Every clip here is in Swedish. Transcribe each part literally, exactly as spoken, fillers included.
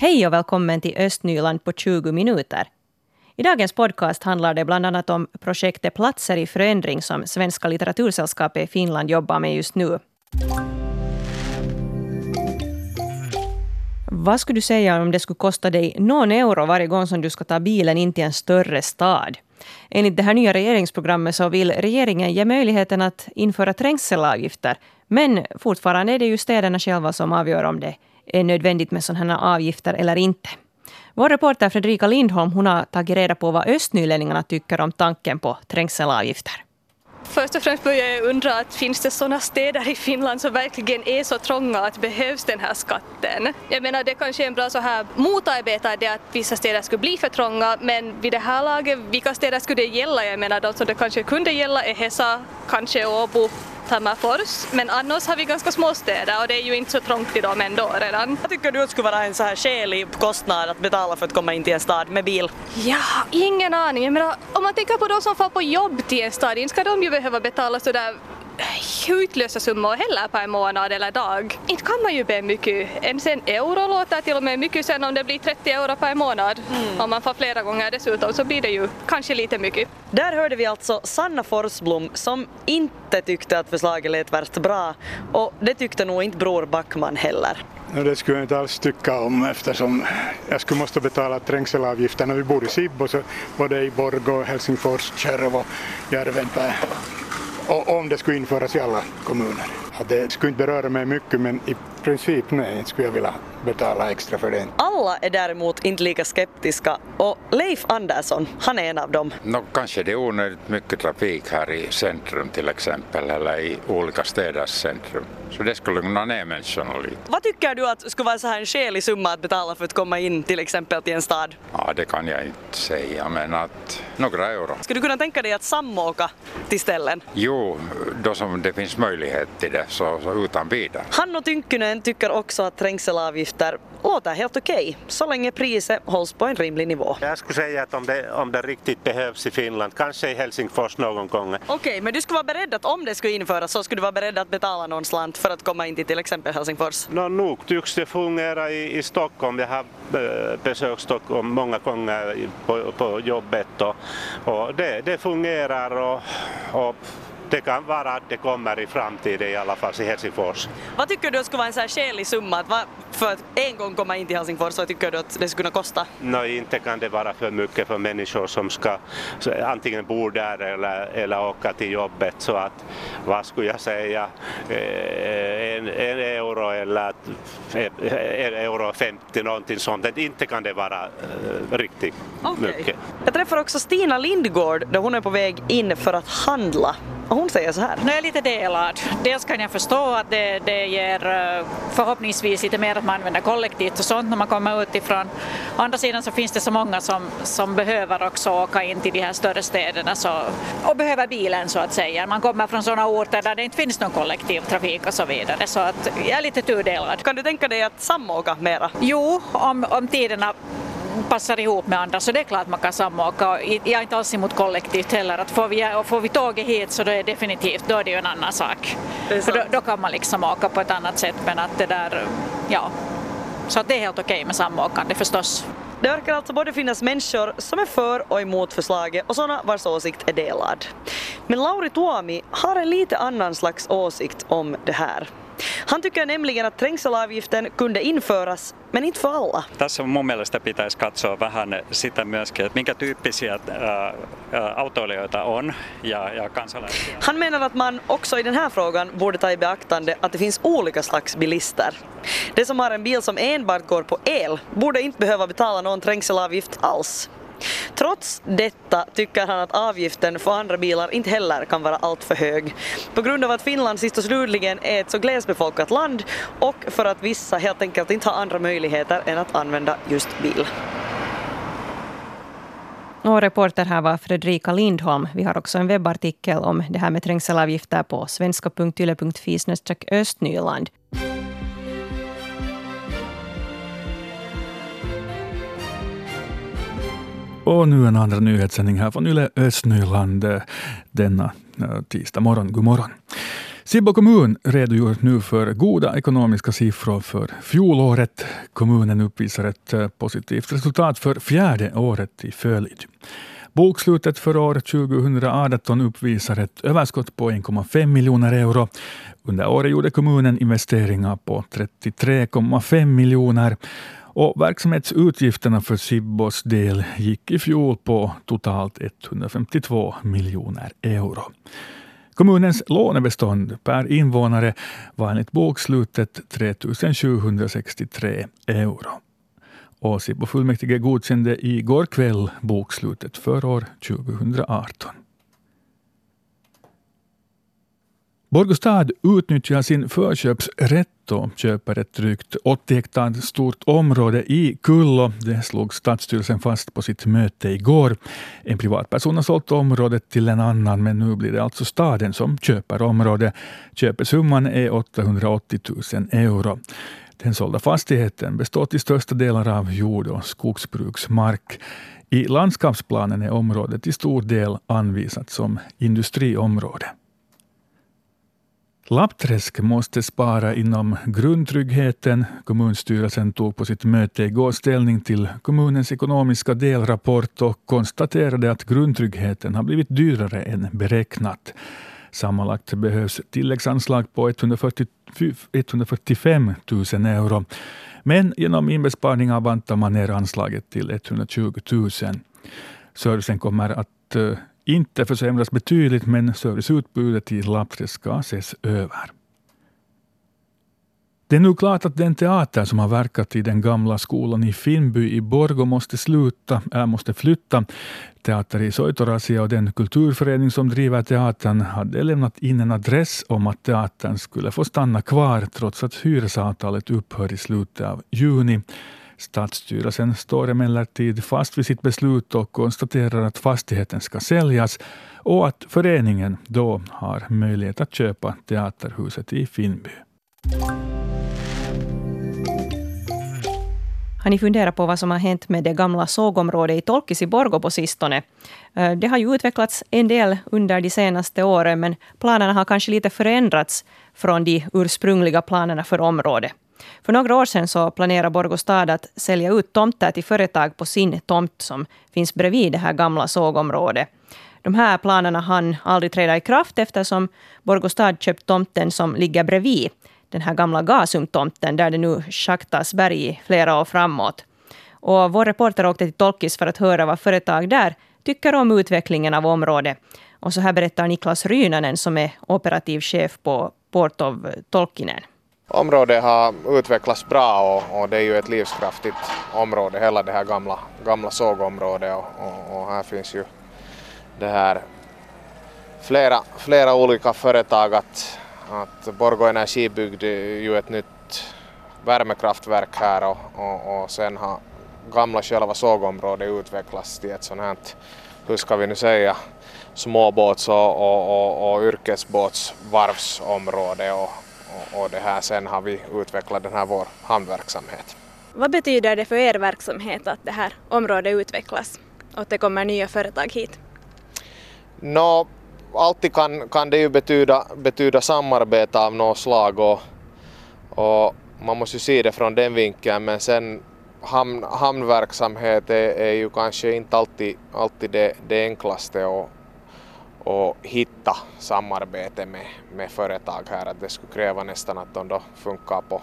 Hej och välkommen till Östnyland på tjugo minuter. I dagens podcast handlar det bland annat om projektet Platser i förändring som Svenska litteratursällskapet i Finland jobbar med just nu. Vad skulle du säga om det skulle kosta dig någon euro varje gång som du ska ta bilen in till en större stad? Enligt det här nya regeringsprogrammet så vill regeringen ge möjligheten att införa trängselavgifter. Men fortfarande är det ju städerna själva som avgör om det är nödvändigt med sådana här avgifter eller inte. Vår reporter Fredrika Lindholm hon har tagit reda på vad östnylänningarna tycker om tanken på trängselavgifter. Först och främst börjar jag undra att finns det sådana städer i Finland som verkligen är så trånga att behövs den här skatten? Jag menar det kanske är en bra så här motarbetare det att vissa städer skulle bli för trånga, men vid det här laget, vilka städer skulle det gälla? Jag menar de som det kanske kunde gälla är Hesa, kanske Åbo, Tammerfors, men annars har vi ganska små städer och det är ju inte så trångt i dem ändå redan. Jag tycker du att det skulle vara en så här skälig kostnad att betala för att komma in till en stad med bil? Ja, ingen aning. Jag menar, om man tänker på de som får på jobb till en stad, inte ska de ju behöva betala så där utlösa summor heller per månad eller dag. Inte kan man ju be mycket. Ens en euro låter till och med mycket sen om det blir trettio euro per månad. Mm. Om man får flera gånger dessutom så blir det ju kanske lite mycket. Där hörde vi alltså Sanna Forsblom som inte tyckte att förslaget lät värst bra. Och det tyckte nog inte Bror Backman heller. Det skulle jag inte alls tycka om eftersom jag skulle måste betala trängselavgifter när vi bor i Sibbo, så både i Borgå, Helsingfors, Kärv och Järvenpää. Och om det skulle införas i alla kommuner. Det skulle inte beröra mig mycket, men i princip nej, skulle jag vilja betala extra för det. Alla är däremot inte lika skeptiska och Leif Andersson, han är en av dem. No, kanske det är onödigt mycket trafik här i centrum till exempel eller i olika städers centrum. Så det skulle kunna ner människorna lite. Vad tycker du att skulle vara så här en skälig summa att betala för att komma in till exempel till en stad? Ja, det kan jag inte säga, men att några euro. Skulle du kunna tänka dig att samåka till ställen? Jo, då som det finns möjlighet till det, så, så utan vidare. Hanno Tynkkynen tycker också att trängselavgifter låter helt okej, så länge priset hålls på en rimlig nivå. Jag skulle säga att om det, om det riktigt behövs i Finland, kanske i Helsingfors någon gång. Okej, okay, men du skulle vara beredd att om det skulle införas så skulle du vara beredd att betala någon slant för att komma in till till exempel Helsingfors? No, nog tycks det fungera i, i Stockholm. Jag har besökt Stockholm många gånger på, på jobbet och, och det, det fungerar och, och det kan vara att det kommer i framtiden i alla fall i Helsingfors. Vad tycker du skulle vara en så här skälig summa att va, för att en gång komma in till Helsingfors, så tycker du att det skulle kunna kosta? No, inte kan det vara för mycket för människor som ska antingen bo där eller, eller åka till jobbet, så att vad skulle jag säga en, en euro eller en euro femtio någonting sånt. Inte kan det vara uh, riktigt okay. mycket. Jag träffar också Stina Lindgård då hon är på väg in för att handla. Och hon säger så här. Nu är jag lite delad. Dels kan jag förstå att det, det ger förhoppningsvis lite mer att man använder kollektivt och sånt när man kommer utifrån. Å andra sidan så finns det så många som, som behöver också åka in till de här större städerna så, och behöver bilen så att säga. Man kommer från sådana orter där det inte finns någon kollektivtrafik och så vidare. Så att jag är lite tudelad. Kan du tänka dig att samåka mera? Jo, om, om tiderna passar ihop med andra så det är klart man kan samåka. Jag är inte alls emot kollektivt heller. Att får, vi, får vi tåget hit så då är det definitivt, då är det ju en annan sak. För då, då kan man liksom åka på ett annat sätt, men att det där, ja. Så att det är helt okej med samåkande förstås. Det verkar alltså både finnas människor som är för och emot förslaget och sådana vars åsikt är delad. Men Lauri Tuomi har en lite annan slags åsikt om det här. Han tycker nämligen att trängselavgiften kunde införas, men inte för alla. Tässä mun mielestä pitäisi katsoa vähän sitä myöskin, että minkä tyyppisiä ä, autoilijoita on ja, ja kansalaisia. Han menar att man också i den här frågan borde ta i beaktande att det finns olika slags bilister. De som har en bil som enbart går på el borde inte behöva betala någon trängselavgift alls. Trots detta tycker han att avgiften för andra bilar inte heller kan vara allt för hög. På grund av att Finland sist och slutligen är ett så glesbefolkat land och för att vissa helt enkelt inte har andra möjligheter än att använda just bil. Och reporter här var Fredrika Lindholm. Vi har också en webbartikel om det här med trängselavgifter på svenska punkt yle punkt fi snedstreck östnyland. Och nu en andra nyhetssändning här från Yle Östnyland denna tisdag morgon. God morgon. Sibbo kommun redogör nu för goda ekonomiska siffror för fjolåret. Kommunen uppvisar ett positivt resultat för fjärde året i följd. Bokslutet för år tjugoarton uppvisar ett överskott på en komma fem miljoner euro. Under året gjorde kommunen investeringar på trettiotre komma fem miljoner. Och verksamhetsutgifterna för Sibbos del gick i fjol på totalt etthundrafemtiotvå miljoner euro. Kommunens lånebestånd per invånare var enligt bokslutet tre tusen sjuhundrasextiotre euro. Och Sibbo fullmäktige godkände igår kväll bokslutet för år tjugoarton. Borgostad utnyttjar sin förköpsrätt och köper ett drygt åttio hektar stort område i Kullo. Det slog stadsstyrelsen fast på sitt möte igår. En privatperson har sålt området till en annan, men nu blir det alltså staden som köper området. Köpesumman är åttahundraåttio tusen euro. Den sålda fastigheten består till största delar av jord- och skogsbruksmark. I landskapsplanen är området till stor del anvisat som industriområde. Lappträsk måste spara inom grundtryggheten. Kommunstyrelsen tog på sitt möte igår ställning till kommunens ekonomiska delrapport och konstaterade att grundtryggheten har blivit dyrare än beräknat. Sammanlagt behövs tilläggsanslag på etthundrafyrtiofem tusen euro. Men genom inbesparingar bantar man ner anslaget till etthundratjugo tusen. Servicen kommer att uh, inte försämras betydligt, men serviceutbudet i Lappträsk ska ses över. Det är nu klart att den teater som har verkat i den gamla skolan i Finnby i Borgå måste sluta, äh, måste flytta. Teater i Soitorasia och den kulturförening som driver teatern hade lämnat in en adress om att teatern skulle få stanna kvar trots att hyresavtalet upphör i slutet av juni. Stadsstyrelsen står emellertid fast vid sitt beslut och konstaterar att fastigheten ska säljas och att föreningen då har möjlighet att köpa teaterhuset i Finnby. Har ni funderat på vad som har hänt med det gamla sågområdet i Tolkis i Borgå på sistone? Det har ju utvecklats en del under de senaste åren, men planerna har kanske lite förändrats från de ursprungliga planerna för området. För några år sedan så planerar Borgå stad att sälja ut tomter till företag på sin tomt som finns bredvid det här gamla sågområdet. De här planerna hann aldrig träda i kraft eftersom Borgå stad köpt tomten som ligger bredvid den här gamla Gasumtomten där det nu schaktas berg i flera år framåt. Och vår reporter åkte till Tolkis för att höra vad företag där tycker om utvecklingen av området. Och så här berättar Niklas Rynanen som är operativ chef på Port of Tolkinen. Området har utvecklats bra och, och det är ju ett livskraftigt område, hela det här gamla, gamla sågområdet och, och, och här finns ju det här flera, flera olika företag att, att Borgå Energi byggde ju ett nytt värmekraftverk här och, och, och sen har gamla själva sågområdet utvecklats till ett sånt här, hur ska vi nu säga, småbåts- och, och, och, och yrkesbåtsvarvsområde och Och det här sen har vi utvecklat den här vår hamnverksamhet. Vad betyder det för er verksamhet att det här området utvecklas och att det kommer nya företag hit? Nå, alltid kan, kan det ju betyda, betyda samarbete av något slag och, och man måste ju se det från den vinkeln, men sen hamn, hamnverksamhet är, är ju kanske inte alltid, alltid det, det enklaste och och hitta samarbete med, med företag här. Att det skulle kräva nästan att de då funkar på,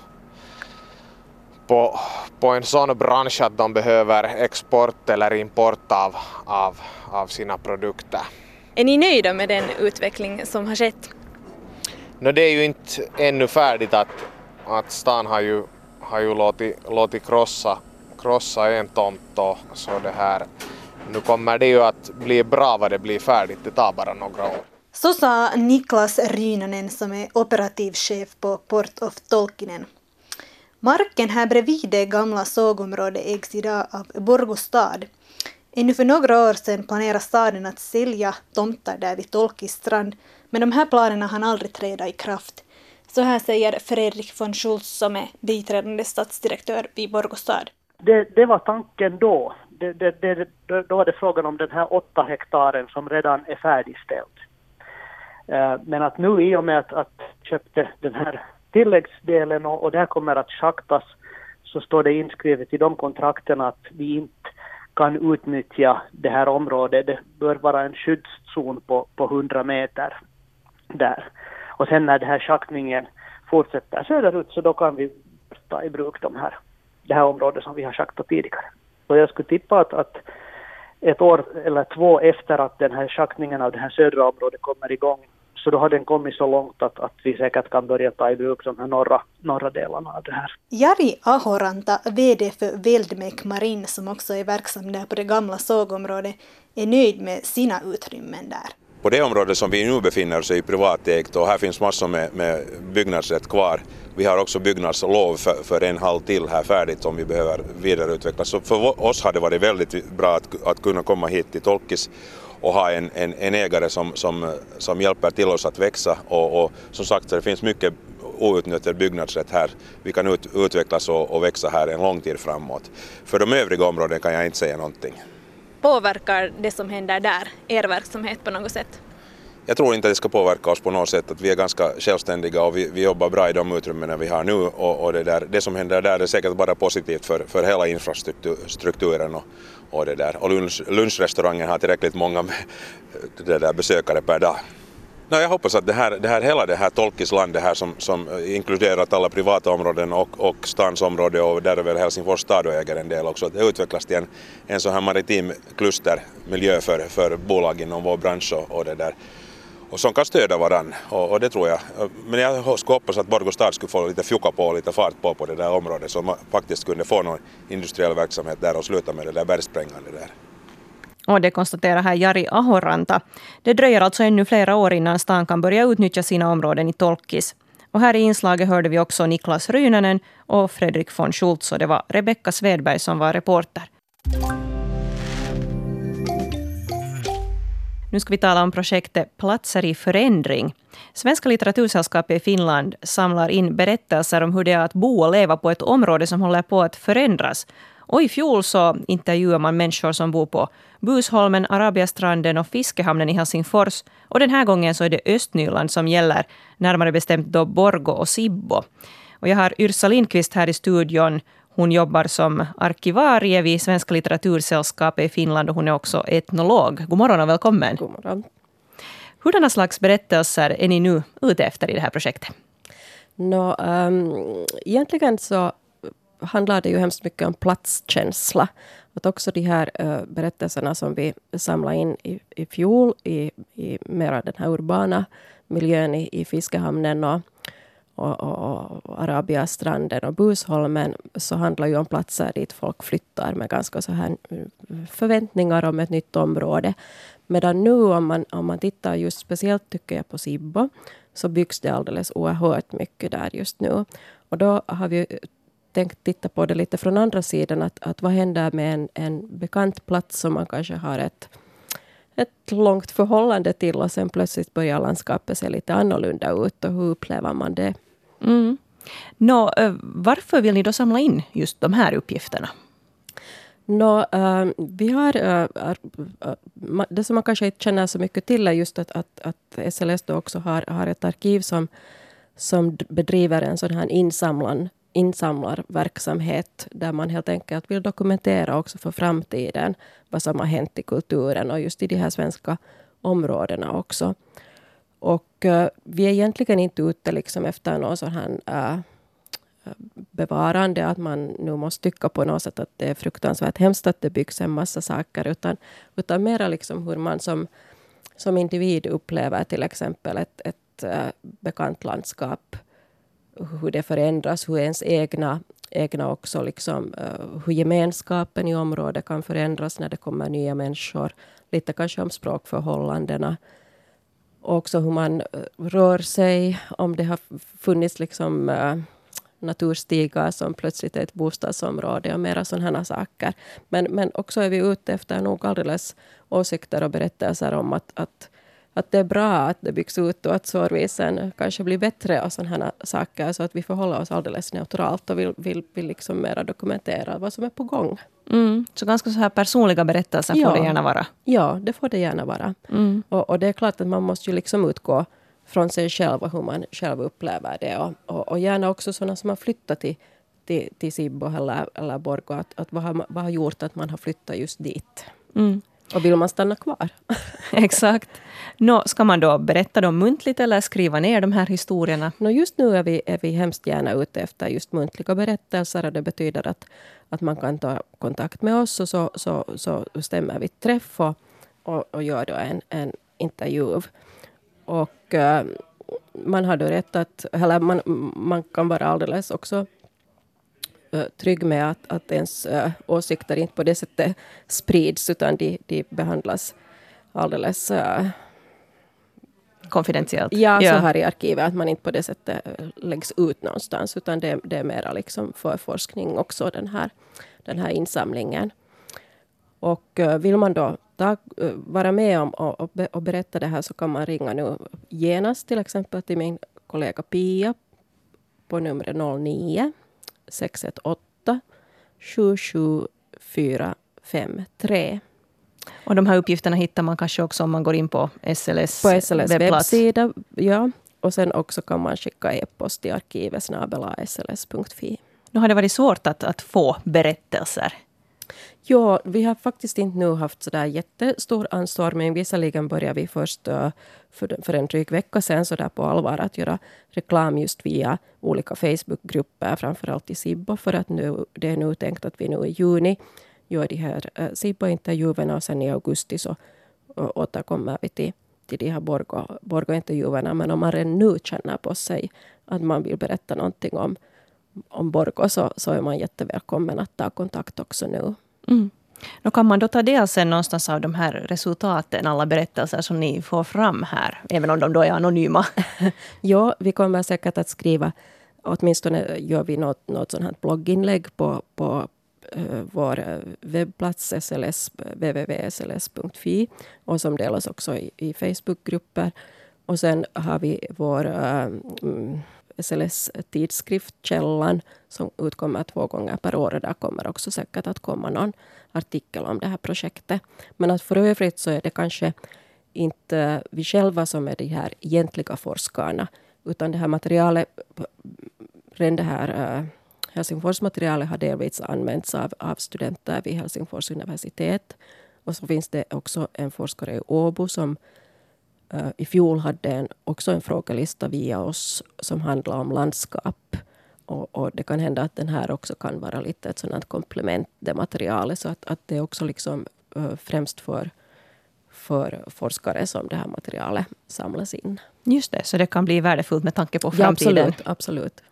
på, på en sån bransch att de behöver export eller import av, av, av sina produkter. Är ni nöjda med den utveckling som har skett? No, det är ju inte ännu färdigt att, att stan har ju, har ju låtit, låtit krossa, krossa en tomt och så det här. Nu kommer det ju att bli bra vad det blir färdigt, det tar bara några år. Så sa Niklas Rynanen som är operativ chef på Port of Tolkinen. Marken här bredvid det gamla sågområdet ägs idag av Borgå stad. Ännu för några år sedan planerar staden att sälja tomtar där vid Tolkis strand, men de här planerna hann aldrig träda i kraft. Så här säger Fredrik von Schultz som är biträdande stadsdirektör vid Borgå stad. Det, det var tanken då. Det, det, det, då var det frågan om den här åtta hektaren som redan är färdigställd. Men att nu i och med att, att köpte den här tilläggsdelen och, och det här kommer att schaktas, så står det inskrivet i de kontrakten att vi inte kan utnyttja det här området. Det bör vara en skyddszon på, på hundra meter där. Och sen när den här schaktningen fortsätter söderut, så då kan vi ta i bruk de här, det här området som vi har schaktat tidigare. Så jag skulle tippa att, att ett år eller två efter att den här schaktningen av det här södra området kommer igång, så då har den kommit så långt att, att vi säkert kan börja ta i bruk de här norra, norra delarna av det här. Jari Ahoranta, vd för Veldmek Marin, som också är verksam där på det gamla sågområdet, är nöjd med sina utrymmen där. På det område som vi nu befinner oss i privatägt, och här finns massor med, med byggnadsrätt kvar. Vi har också byggnadslov för, för en halv till här färdigt om vi behöver vidareutveckla. Så för oss har det varit väldigt bra att, att kunna komma hit till Tolkis och ha en, en, en ägare som, som, som hjälper till oss att växa. Och, och som sagt, det finns mycket outnyttjad byggnadsrätt här. Vi kan ut, utvecklas och, och växa här en lång tid framåt. För de övriga områden kan jag inte säga någonting. Påverkar det som händer där er verksamhet på något sätt? Jag tror inte att det ska påverka oss på något sätt. Att vi är ganska självständiga och vi, vi jobbar bra i de utrymmen vi har nu. Och, och det, där, det som händer där är säkert bara positivt för, för hela infrastrukturen. Och, och, det där. och lunch, lunchrestaurangen har tillräckligt många det där besökare per dag. No, jag hoppas att det här, det här, hela det här Tolkisland, det här som, som inkluderat alla privata områden och, och stans område, och där är väl Helsingfors stad och äger en del också, att det utvecklas till en, en sån här maritim klustermiljö för, för bolag inom vår bransch och, och det där. Och som kan stödja varann, och, och det tror jag. Men jag skulle hoppas att Borgå stad skulle få lite fjuka på och lite fart på på det där området, så man faktiskt kunde få någon industriell verksamhet där och sluta med det där bergsprängande där. Och det konstaterar här Jari Ahoranta. Det dröjer alltså ännu flera år innan stan kan börja utnyttja sina områden i Tolkis. Och här i inslaget hörde vi också Niklas Ryynänen och Fredrik von Schultz, och det var Rebecka Svedberg som var reporter. Nu ska vi tala om projektet Platser i förändring. Svenska litteratursällskapet i Finland samlar in berättelser om hur det är att bo och leva på ett område som håller på att förändras. Och i fjol så intervjuar man människor som bor på Busholmen, Arabiastranden och Fiskehamnen i Helsingfors. Och den här gången så är det Östnyland som gäller, närmare bestämt då Borgå och Sibbo. Och jag har Yrsa Lindqvist här i studion. Hon jobbar som arkivarie vid Svenska litteratursällskapet i Finland, och hon är också etnolog. God morgon och välkommen. God morgon. Hurdana slags berättelser är ni nu ute efter i det här projektet? Nå, um, egentligen så handlar det ju hemskt mycket om platskänsla. Att också de här uh, berättelserna som vi samlade in i, i fjol i, i mera den här urbana miljön i, i Fiskehamnen och, och, och, och Arabiastranden och Busholmen, så handlar ju om platser dit folk flyttar med ganska så här förväntningar om ett nytt område. Medan nu om man, om man tittar just speciellt tycker jag på Sibbo, så byggs det alldeles oerhört mycket där just nu. Och då har vi tänkt titta på det lite från andra sidan, att, att vad händer med en, en bekant plats som man kanske har ett, ett långt förhållande till, och sen plötsligt börjar landskapet se lite annorlunda ut, och hur upplever man det? Mm. Nå, varför vill ni då samla in just de här uppgifterna? Nå, äh, vi har äh, äh, det som man kanske inte känner så mycket till är just att, att, att S L S då också har, har ett arkiv som, som bedriver en sån här insamlan insamlarverksamhet där man helt enkelt vill dokumentera också för framtiden vad som har hänt i kulturen och just i de här svenska områdena också. Och uh, vi är egentligen inte ute liksom efter någon sån här uh, bevarande, att man nu måste tycka på något sätt att det är fruktansvärt hemskt att det byggs en massa saker, utan, utan mera liksom hur man som, som individ upplever till exempel ett, ett uh, bekant landskap, hur det förändras, hur ens egna, egna också liksom, uh, hur gemenskapen i området kan förändras när det kommer nya människor. Lite kanske om språkförhållandena. Och också hur man uh, rör sig, om det har funnits liksom, uh, naturstigar som plötsligt är ett bostadsområde och mera sådana saker. Men, men också är vi ute efter nog alldeles åsikter och berättelser om att, att Att det är bra att det byggs ut och att servicen kanske blir bättre och sådana saker, så att vi förhåller oss alldeles neutralt och vill, vill, vill liksom mera dokumentera vad som är på gång. Mm. Så ganska så här personliga berättelser ja. får det gärna vara. Ja, det får det gärna vara. Mm. Och, och det är klart att man måste ju liksom utgå från sig själv och hur man själv upplever det. Och, och, och gärna också sådana som har flyttat till, till, till Sibbo eller, eller Borgå. Att, att vad, har, vad har gjort att man har flyttat just dit? Mm. Och vill man stanna kvar? Exakt. Nå, ska man då berätta dem muntligt eller skriva ner de här historierna? Nå, just nu är vi, är vi hemskt gärna ute efter just muntliga berättelser. Och det betyder att, att man kan ta kontakt med oss och så, så, så stämmer vi träff och, och, och gör då en, en intervju. Och uh, man har då rätt att, eller man, man kan vara alldeles också uh, trygg med att, att ens uh, åsikter inte på det sättet sprids, utan de, de behandlas alldeles uh, konfidentiellt. Ja, ja, så här i arkivet, att man inte på det sättet läggs ut någonstans, utan det, det är mera liksom för forskning också, den här, den här insamlingen. Och uh, vill man då ta, uh, vara med om och, och, be, och berätta det här, så kan man ringa nu genast till exempel till min kollega Pia på nummer noll nio sex ett åtta sju sju fyra fem tre. Och de här uppgifterna hittar man kanske också om man går in på S L S, på S L S webbplats. Webbsida. Ja. Och sen också kan man skicka e-post till arkivet snabel-a s l s punkt f i. Nu har det varit svårt att, att få berättelser. Ja, vi har faktiskt inte nu haft så där jättestor anstormning. Visserligen börjar vi först uh, för, för en dryg vecka sedan så där på allvar att göra reklam just via olika Facebookgrupper, framförallt i Sibbo, för att nu, det är nu tänkt att vi nu i juni gör de här uh, Sibbo-intervjuerna, och sen i augusti så uh, återkommer vi till, till de här Borgå, Borgå-intervjuerna. Men om man redan nu känner på sig att man vill berätta någonting om, om Borgå, så, så är man jättevälkommen att ta kontakt också nu. Mm. Då kan man då ta del sen någonstans av de här resultaten, alla berättelser som ni får fram här, även om de då är anonyma. Ja, vi kommer säkert att skriva, åtminstone gör vi något, något sånt här blogginlägg på, på uh, vår webbplats S L S, w w w punkt s l s punkt f i, och som delas också i, i Facebookgrupper. Och sen har vi vår uh, mm, S L S-tidskrift Källan, som utkommer två gånger per år. Och där kommer också säkert att komma någon artikel om det här projektet. Men att för övrigt så är det kanske inte vi själva som är de här egentliga forskarna, utan det här materialet, redan det här uh, Helsingforsmaterialet har delvis använts av, av studenter vid Helsingfors universitet. Och så finns det också en forskare i Åbo som Uh, i fjol hade en, också en frågelista via oss som handlar om landskap. Och, och det kan hända att den här också kan vara lite ett sådant komplement, det materialet. Så att, att det är också liksom, uh, främst för, för forskare som det här materialet samlas in. Just det, så det kan bli värdefullt med tanke på framtiden. Ja, absolut, absolut.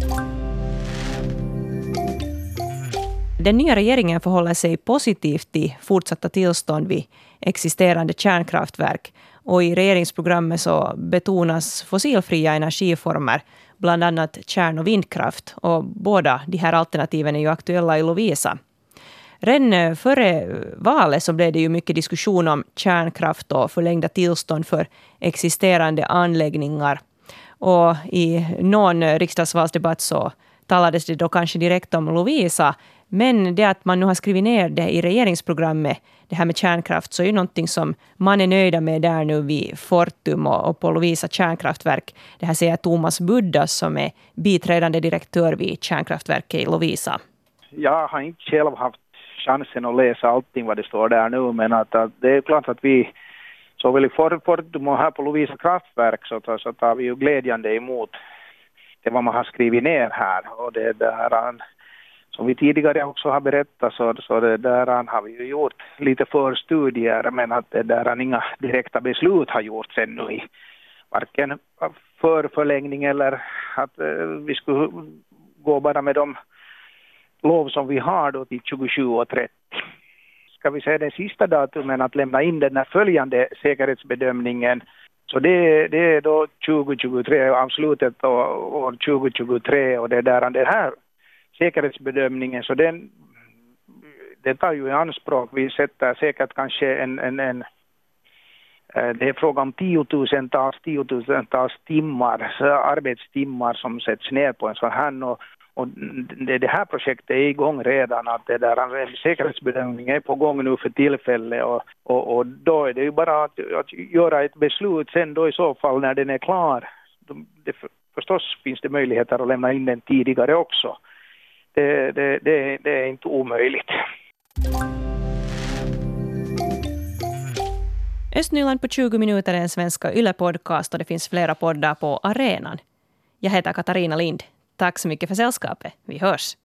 Den nya regeringen förhåller sig positivt till fortsatta tillstånd vid existerande kärnkraftverk. Och i regeringsprogrammet så betonas fossilfria energiformer, bland annat kärn- och vindkraft. Och båda de här alternativen är ju aktuella i Lovisa. Redan före valet så blev det ju mycket diskussion om kärnkraft och förlängda tillstånd för existerande anläggningar. Och i någon riksdagsvalsdebatt så talades det då kanske direkt om Lovisa. Men det att man nu har skrivit ner det i regeringsprogrammet, det här med kärnkraft, så är ju någonting som man är nöjda med där nu vid Fortum och, och på Lovisa kärnkraftverk. Det här säger Thomas Buddas som är biträdande direktör vid kärnkraftverket i Lovisa. Jag har inte själv haft chansen att läsa allting vad det står där nu, men att, att det är klart att vi såväl i Fortum och här på Lovisa kraftverk så, så tar vi ju glädjande emot det vad man har skrivit ner här. Och det där, som vi tidigare också har berättat, så, så det där har vi ju gjort lite förstudier, men att det där inga direkta beslut har gjorts ännu i varken för förlängning eller att eh, vi skulle gå bara med de lov som vi har då till tjugosju och trettio. Ska vi säga den sista datumen att lämna in den här följande säkerhetsbedömningen, så det, det är då tjugo tjugotre, avslutet år tjugo tjugotre, och det där den här säkerhetsbedömningen, så den, det tar ju i anspråk, vi sätter säkert kanske en, en, en det är fråga om tiotusentals, tiotusentals timmar, arbetstimmar som sätts ner på en sån här, och, Och det, det här projektet är igång redan, att det där, en säkerhetsbedömning är på gång nu för tillfället och, och, och då är det ju bara att, att göra ett beslut sen då i så fall när den är klar. Det, förstås finns det möjligheter att lämna in den tidigare också. Det, det, det, det är inte omöjligt. Östnyland på tjugo minuter är en svenska Yle-podcast och det finns flera poddar på arenan. Jag heter Katarina Lind. Tack så mycket för sällskapet. Vi hörs.